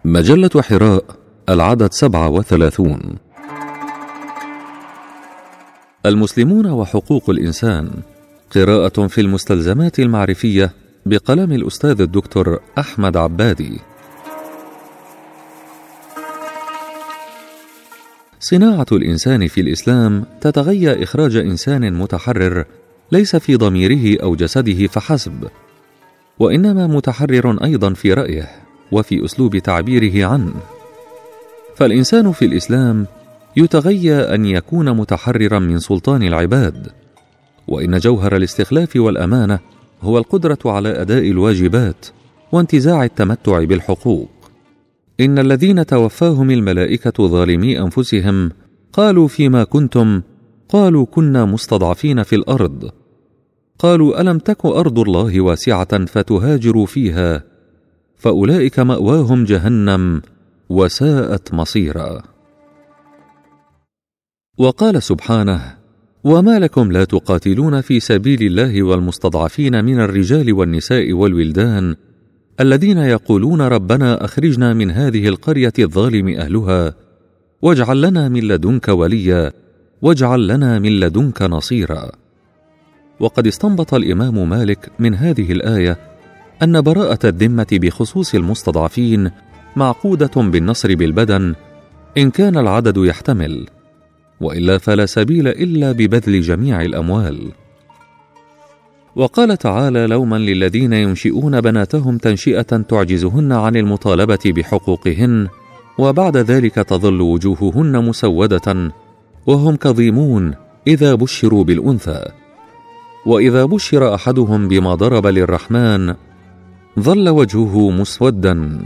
مجلة حراء، العدد 37. المسلمون وحقوق الإنسان، قراءة في المستلزمات المعرفية بقلم الأستاذ الدكتور أحمد عبادي. صناعة الإنسان في الإسلام تتغيى إخراج إنسان متحرر ليس في ضميره أو جسده فحسب، وإنما متحرر أيضا في رأيه وفي أسلوب تعبيره عنه. فالإنسان في الإسلام يتغيى أن يكون متحررا من سلطان العباد، وإن جوهر الاستخلاف والأمانة هو القدرة على أداء الواجبات وانتزاع التمتع بالحقوق. إن الذين توفاهم الملائكة ظالمي أنفسهم قالوا: فيما كنتم؟ قالوا: كنا مستضعفين في الأرض. قالوا: ألم تك أرض الله واسعة فتهاجروا فيها؟ فأولئك مأواهم جهنم وساءت مصيرا. وقال سبحانه: وما لكم لا تقاتلون في سبيل الله والمستضعفين من الرجال والنساء والولدان الذين يقولون ربنا أخرجنا من هذه القرية الظالم أهلها واجعل لنا من لدنك وليا واجعل لنا من لدنك نصيرا. وقد استنبط الإمام مالك من هذه الآية أن براءة الذمة بخصوص المستضعفين معقودة بالنصر بالبدن إن كان العدد يحتمل، وإلا فلا سبيل إلا ببذل جميع الأموال. وقال تعالى لوما للذين ينشئون بناتهم تنشئة تعجزهن عن المطالبة بحقوقهن وبعد ذلك تظل وجوههن مسودة وهم كظيمون إذا بشروا بالأنثى، وإذا بشر أحدهم بما ضرب للرحمن ظل وجهه مسودا.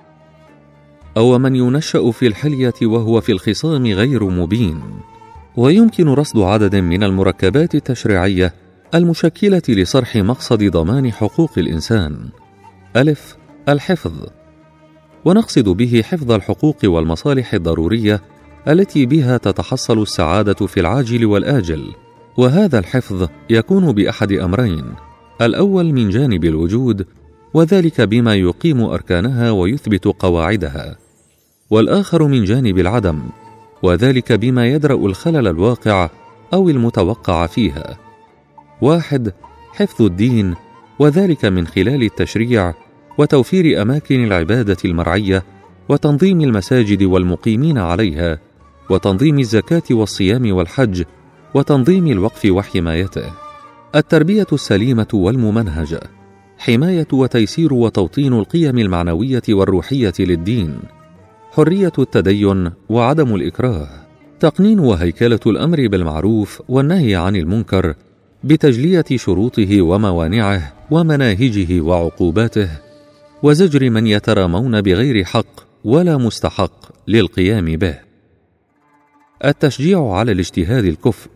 أو من ينشأ في الحلية وهو في الخصام غير مبين. ويمكن رصد عدد من المركبات التشريعية المشكلة لصرح مقصد ضمان حقوق الإنسان. ألف: الحفظ، ونقصد به حفظ الحقوق والمصالح الضرورية التي بها تتحصل السعادة في العاجل والآجل، وهذا الحفظ يكون بأحد أمرين: الأول من جانب الوجود، وذلك بما يقيم أركانها ويثبت قواعدها، والآخر من جانب العدم، وذلك بما يدرأ الخلل الواقع أو المتوقع فيها. 1. حفظ الدين، وذلك من خلال التشريع وتوفير أماكن العبادة المرعية وتنظيم المساجد والمقيمين عليها وتنظيم الزكاة والصيام والحج وتنظيم الوقف وحمايته. التربية السليمة والممنهجة، حماية وتيسير وتوطين القيم المعنوية والروحية للدين، حرية التدين وعدم الإكراه، تقنين وهيكلة الأمر بالمعروف والنهي عن المنكر بتجلية شروطه وموانعه ومناهجه وعقوباته، وزجر من يترامون بغير حق ولا مستحق للقيام به. التشجيع على الاجتهاد الكفء.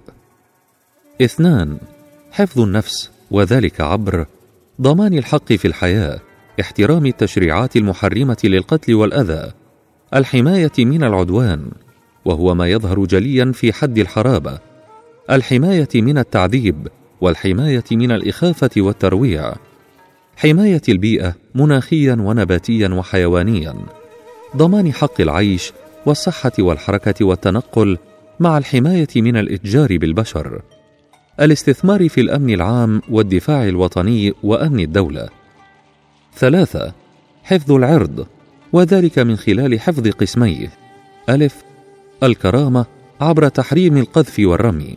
2. حفظ النفس، وذلك عبر ضمان الحق في الحياة، احترام التشريعات المحرمة للقتل والأذى، الحماية من العدوان وهو ما يظهر جليا في حد الحرابة، الحماية من التعذيب والحماية من الإخافة والترويع، حماية البيئة مناخيا ونباتيا وحيوانيا، ضمان حق العيش والصحة والحركة والتنقل مع الحماية من الإتجار بالبشر، الاستثمار في الأمن العام والدفاع الوطني وأمن الدولة. 3. حفظ العرض، وذلك من خلال حفظ قسميه: ألف: الكرامة عبر تحريم القذف والرمي،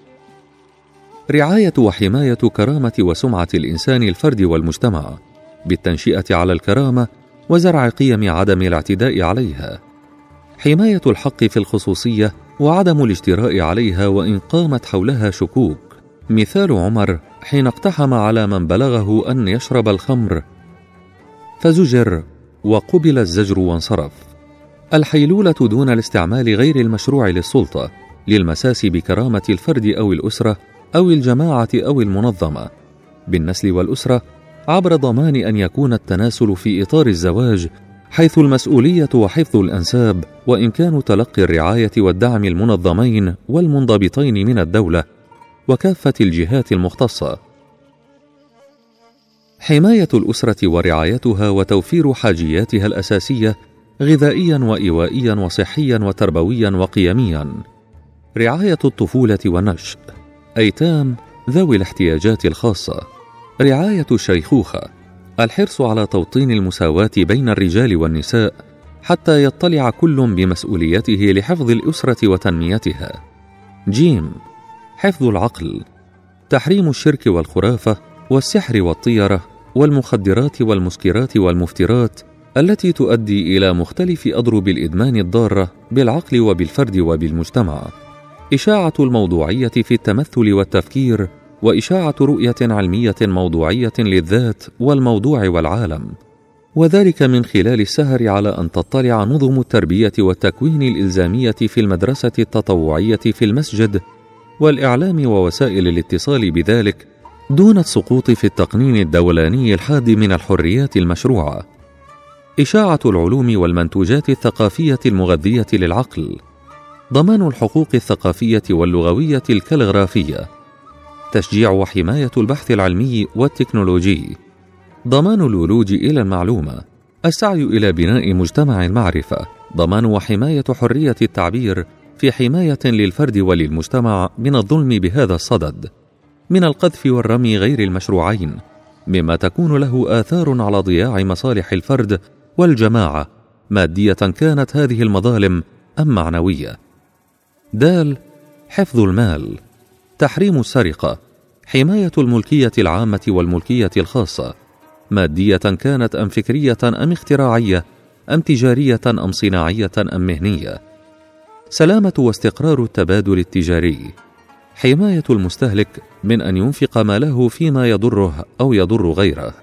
رعاية وحماية كرامة وسمعة الإنسان الفرد والمجتمع بالتنشئة على الكرامة وزرع قيم عدم الاعتداء عليها، حماية الحق في الخصوصية وعدم الاجتراء عليها وإن قامت حولها شكوك، مثال عمر حين اقتحم على من بلغه أن يشرب الخمر فزجر وقبل الزجر وانصرف، الحيلولة دون الاستعمال غير المشروع للسلطة للمساس بكرامة الفرد أو الأسرة أو الجماعة أو المنظمة بالنسل والأسرة عبر ضمان أن يكون التناسل في إطار الزواج، حيث المسؤولية وحفظ الأنساب وإمكان تلقي الرعاية والدعم المنظمين والمنضبطين من الدولة وكافة الجهات المختصة، حماية الأسرة ورعايتها وتوفير حاجياتها الأساسية غذائيا وإيوائيا وصحيا وتربويا وقيميا، رعاية الطفولة والنشء، أيتام ذوي الاحتياجات الخاصة، رعاية الشيخوخة، الحرص على توطين المساواة بين الرجال والنساء حتى يطلع كل بمسؤوليته لحفظ الأسرة وتنميتها. جيم، حفظ العقل، تحريم الشرك والخرافة والسحر والطيرة والمخدرات والمسكرات والمفترات التي تؤدي إلى مختلف أضرب الإدمان الضارة بالعقل وبالفرد وبالمجتمع، إشاعة الموضوعية في التمثل والتفكير، وإشاعة رؤية علمية موضوعية للذات والموضوع والعالم، وذلك من خلال السهر على أن تطلع نظم التربية والتكوين الإلزامية في المدرسة التطوعية في المسجد والإعلام ووسائل الاتصال بذلك، دون السقوط في التقنين الدولاني الحاد من الحريات المشروعة، إشاعة العلوم والمنتوجات الثقافية المغذية للعقل، ضمان الحقوق الثقافية واللغوية الكالغرافية، تشجيع وحماية البحث العلمي والتكنولوجي، ضمان الولوج إلى المعلومة، السعي إلى بناء مجتمع المعرفة، ضمان وحماية حرية التعبير في حماية للفرد وللمجتمع من الظلم بهذا الصدد، من القذف والرمي غير المشروعين، مما تكون له آثار على ضياع مصالح الفرد والجماعة، مادية كانت هذه المظالم أم معنوية. د، حفظ المال، تحريم السرقة، حماية الملكية العامة والملكية الخاصة، مادية كانت أم فكرية أم اختراعية أم تجارية أم صناعية أم مهنية. سلامة واستقرار التبادل التجاري، حماية المستهلك من أن ينفق ماله فيما يضره أو يضر غيره،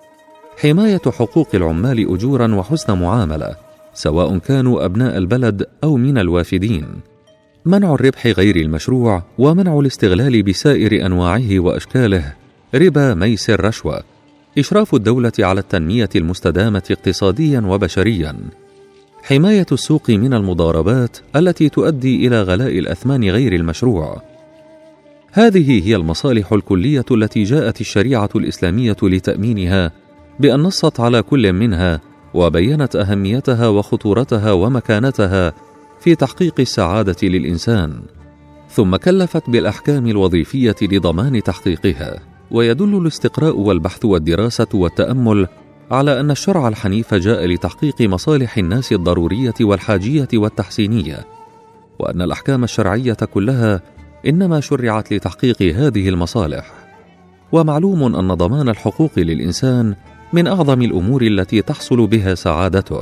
حماية حقوق العمال أجورا وحسن معاملة سواء كانوا أبناء البلد أو من الوافدين، منع الربح غير المشروع ومنع الاستغلال بسائر أنواعه وأشكاله، ربا، ميسر، رشوة، إشراف الدولة على التنمية المستدامة اقتصاديا وبشريا، حماية السوق من المضاربات التي تؤدي إلى غلاء الأثمان غير المشروع. هذه هي المصالح الكلية التي جاءت الشريعة الإسلامية لتأمينها، بأن نصت على كل منها وبينت أهميتها وخطورتها ومكانتها في تحقيق السعادة للإنسان، ثم كلفت بالأحكام الوظيفية لضمان تحقيقها. ويدل الاستقراء والبحث والدراسة والتأمل على أن الشرع الحنيف جاء لتحقيق مصالح الناس الضرورية والحاجية والتحسينية، وأن الأحكام الشرعية كلها إنما شرعت لتحقيق هذه المصالح. ومعلوم أن ضمان الحقوق للإنسان من أعظم الأمور التي تحصل بها سعادته.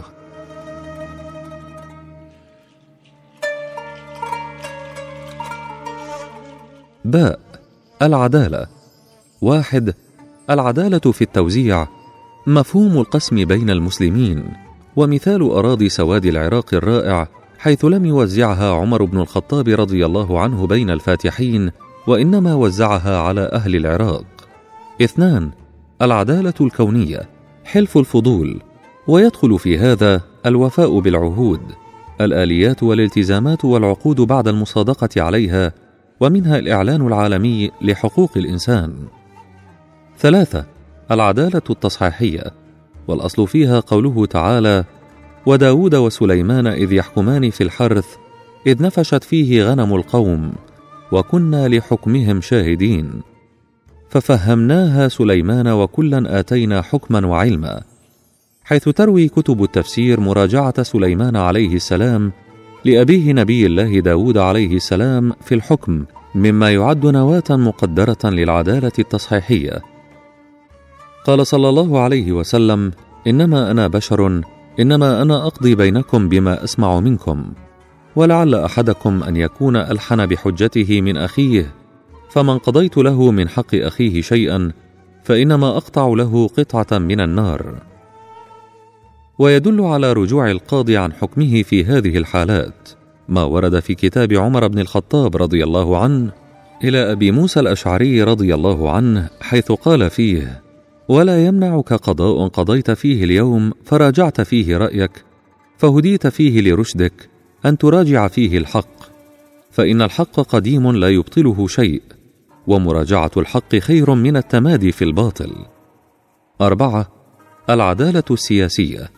باء، العدالة. 1. العدالة في التوزيع، مفهوم القسم بين المسلمين، ومثال أراضي سواد العراق الرائع حيث لم يوزعها عمر بن الخطاب رضي الله عنه بين الفاتحين، وإنما وزعها على أهل العراق. 2. العدالة الكونية، حلف الفضول، ويدخل في هذا الوفاء بالعهود، الآليات والالتزامات والعقود بعد المصادقة عليها، ومنها الإعلان العالمي لحقوق الإنسان. 3. العدالة التصحيحية، والأصل فيها قوله تعالى: وداود وسليمان إذ يحكمان في الحرث إذ نفشت فيه غنم القوم وكنا لحكمهم شاهدين ففهمناها سليمان وكلا آتينا حكما وعلما، حيث تروي كتب التفسير مراجعة سليمان عليه السلام لأبيه نبي الله داود عليه السلام في الحكم، مما يعد نواة مقدرة للعدالة التصحيحية. قال صلى الله عليه وسلم: إنما أنا بشر، إنما أنا أقضي بينكم بما أسمع منكم، ولعل أحدكم أن يكون ألحن بحجته من أخيه، فمن قضيت له من حق أخيه شيئا فإنما أقطع له قطعة من النار. ويدل على رجوع القاضي عن حكمه في هذه الحالات ما ورد في كتاب عمر بن الخطاب رضي الله عنه إلى أبي موسى الأشعري رضي الله عنه، حيث قال فيه: ولا يمنعك قضاء قضيت فيه اليوم فراجعت فيه رأيك فهديت فيه لرشدك أن تراجع فيه الحق، فإن الحق قديم لا يبطله شيء، ومراجعة الحق خير من التمادي في الباطل. 4. العدالة السياسية،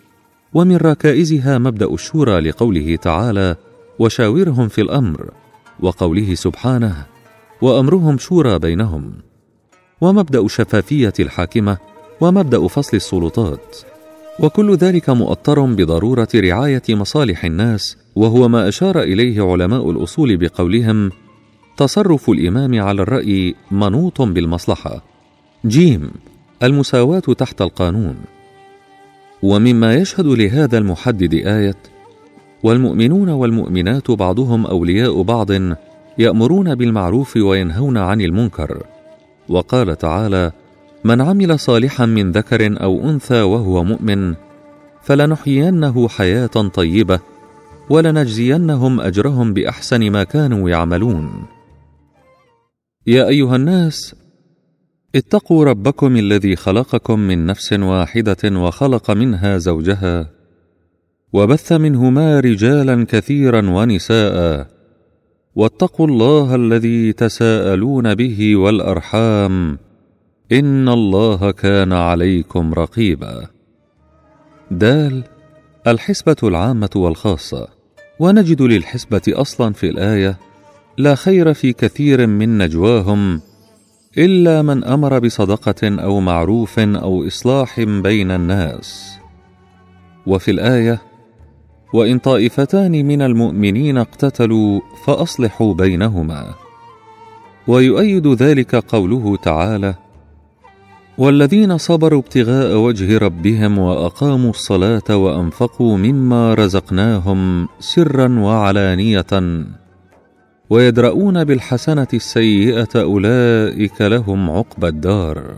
ومن ركائزها مبدأ الشورى لقوله تعالى: وشاورهم في الأمر، وقوله سبحانه: وأمرهم شورى بينهم، ومبدأ شفافية الحاكمة، ومبدأ فصل السلطات، وكل ذلك مؤطر بضرورة رعاية مصالح الناس، وهو ما أشار إليه علماء الأصول بقولهم: تصرف الإمام على الرأي منوط بالمصلحة. جيم: المساواة تحت القانون. ومما يشهد لهذا المحدد آية: والمؤمنون والمؤمنات بعضهم أولياء بعض يأمرون بالمعروف وينهون عن المنكر. وقال تعالى: من عمل صالحا من ذكر أو أنثى وهو مؤمن فلنحيينه حياة طيبة ولنجزينهم أجرهم بأحسن ما كانوا يعملون. يا أيها الناس اتقوا ربكم الذي خلقكم من نفس واحدة وخلق منها زوجها وبث منهما رجالا كثيرا ونساء واتقوا الله الذي تساءلون به والأرحام إن الله كان عليكم رقيبا. دال: الحسبة العامة والخاصة. ونجد للحسبة أصلا في الآية: لا خير في كثير من نجواهم إلا من أمر بصدقة أو معروف أو إصلاح بين الناس. وفي الآية: وإن طائفتان من المؤمنين اقتتلوا فأصلحوا بينهما. ويؤيد ذلك قوله تعالى: والذين صبروا ابتغاء وجه ربهم وأقاموا الصلاة وأنفقوا مما رزقناهم سرا وعلانية ويدرؤون بالحسنة السيئة أولئك لهم عقبى الدار.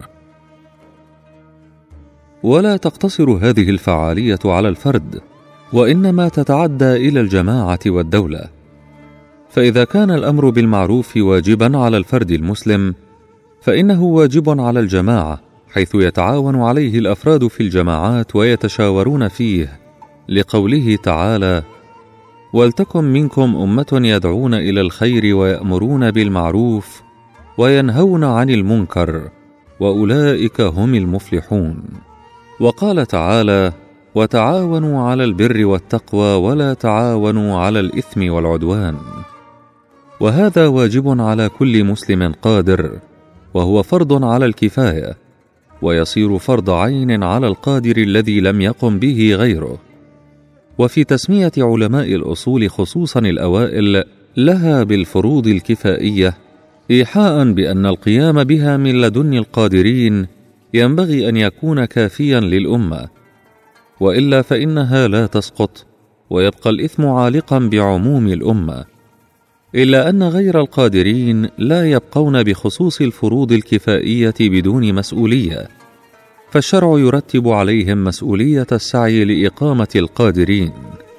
ولا تقتصر هذه الفعالية على الفرد، وإنما تتعدى إلى الجماعة والدولة. فإذا كان الأمر بالمعروف واجبا على الفرد المسلم، فإنه واجب على الجماعة، حيث يتعاون عليه الأفراد في الجماعات ويتشاورون فيه، لقوله تعالى: ولتكن منكم أمة يدعون إلى الخير ويأمرون بالمعروف وينهون عن المنكر وأولئك هم المفلحون. وقال تعالى: وتعاونوا على البر والتقوى ولا تعاونوا على الإثم والعدوان. وهذا واجب على كل مسلم قادر، وهو فرض على الكفاية، ويصير فرض عين على القادر الذي لم يقم به غيره. وفي تسمية علماء الأصول خصوصا الأوائل لها بالفروض الكفائية إيحاء بأن القيام بها من لدن القادرين ينبغي أن يكون كافيا للأمة، وإلا فإنها لا تسقط ويبقى الإثم عالقا بعموم الأمة، إلا أن غير القادرين لا يبقون بخصوص الفروض الكفائية بدون مسؤولية، فالشرع يرتب عليهم مسؤولية السعي لإقامة القادرين.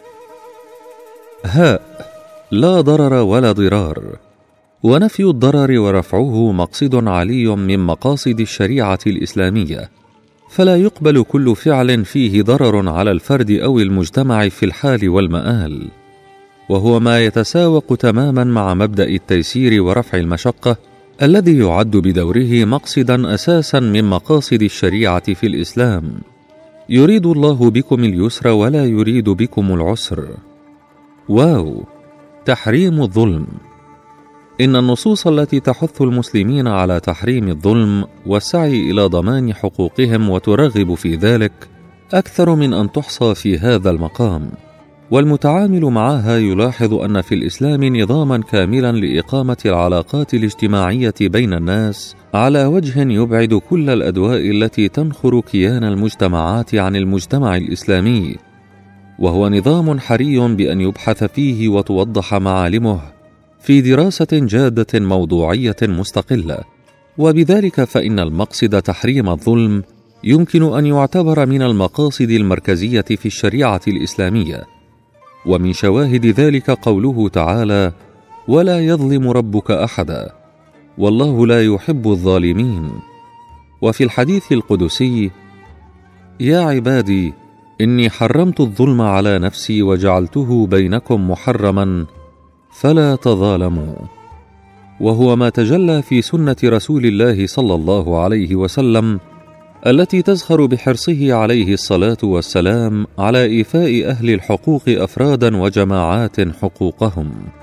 هاء: لا ضرر ولا ضرار. ونفي الضرر ورفعه مقصد علي من مقاصد الشريعة الإسلامية، فلا يقبل كل فعل فيه ضرر على الفرد أو المجتمع في الحال والمآل، وهو ما يتساوق تماما مع مبدأ التيسير ورفع المشقة الذي يعد بدوره مقصدا أساسا من مقاصد الشريعة في الإسلام. يريد الله بكم اليسر ولا يريد بكم العسر. واو: تحريم الظلم. إن النصوص التي تحث المسلمين على تحريم الظلم والسعي إلى ضمان حقوقهم وترغب في ذلك أكثر من أن تحصى في هذا المقام، والمتعامل معها يلاحظ أن في الإسلام نظاما كاملا لإقامة العلاقات الاجتماعية بين الناس على وجه يبعد كل الأدواء التي تنخر كيان المجتمعات عن المجتمع الإسلامي، وهو نظام حري بأن يبحث فيه وتوضح معالمه في دراسة جادة موضوعية مستقلة. وبذلك فإن المقصد تحريم الظلم يمكن أن يعتبر من المقاصد المركزية في الشريعة الإسلامية. ومن شواهد ذلك قوله تعالى: ولا يظلم ربك أحدا والله لا يحب الظالمين. وفي الحديث القدسي: يا عبادي إني حرمت الظلم على نفسي وجعلته بينكم محرما فلا تظالموا. وهو ما تجلى في سنة رسول الله صلى الله عليه وسلم التي تزخر بحرصه عليه الصلاة والسلام على إيفاء أهل الحقوق أفرادا وجماعات حقوقهم.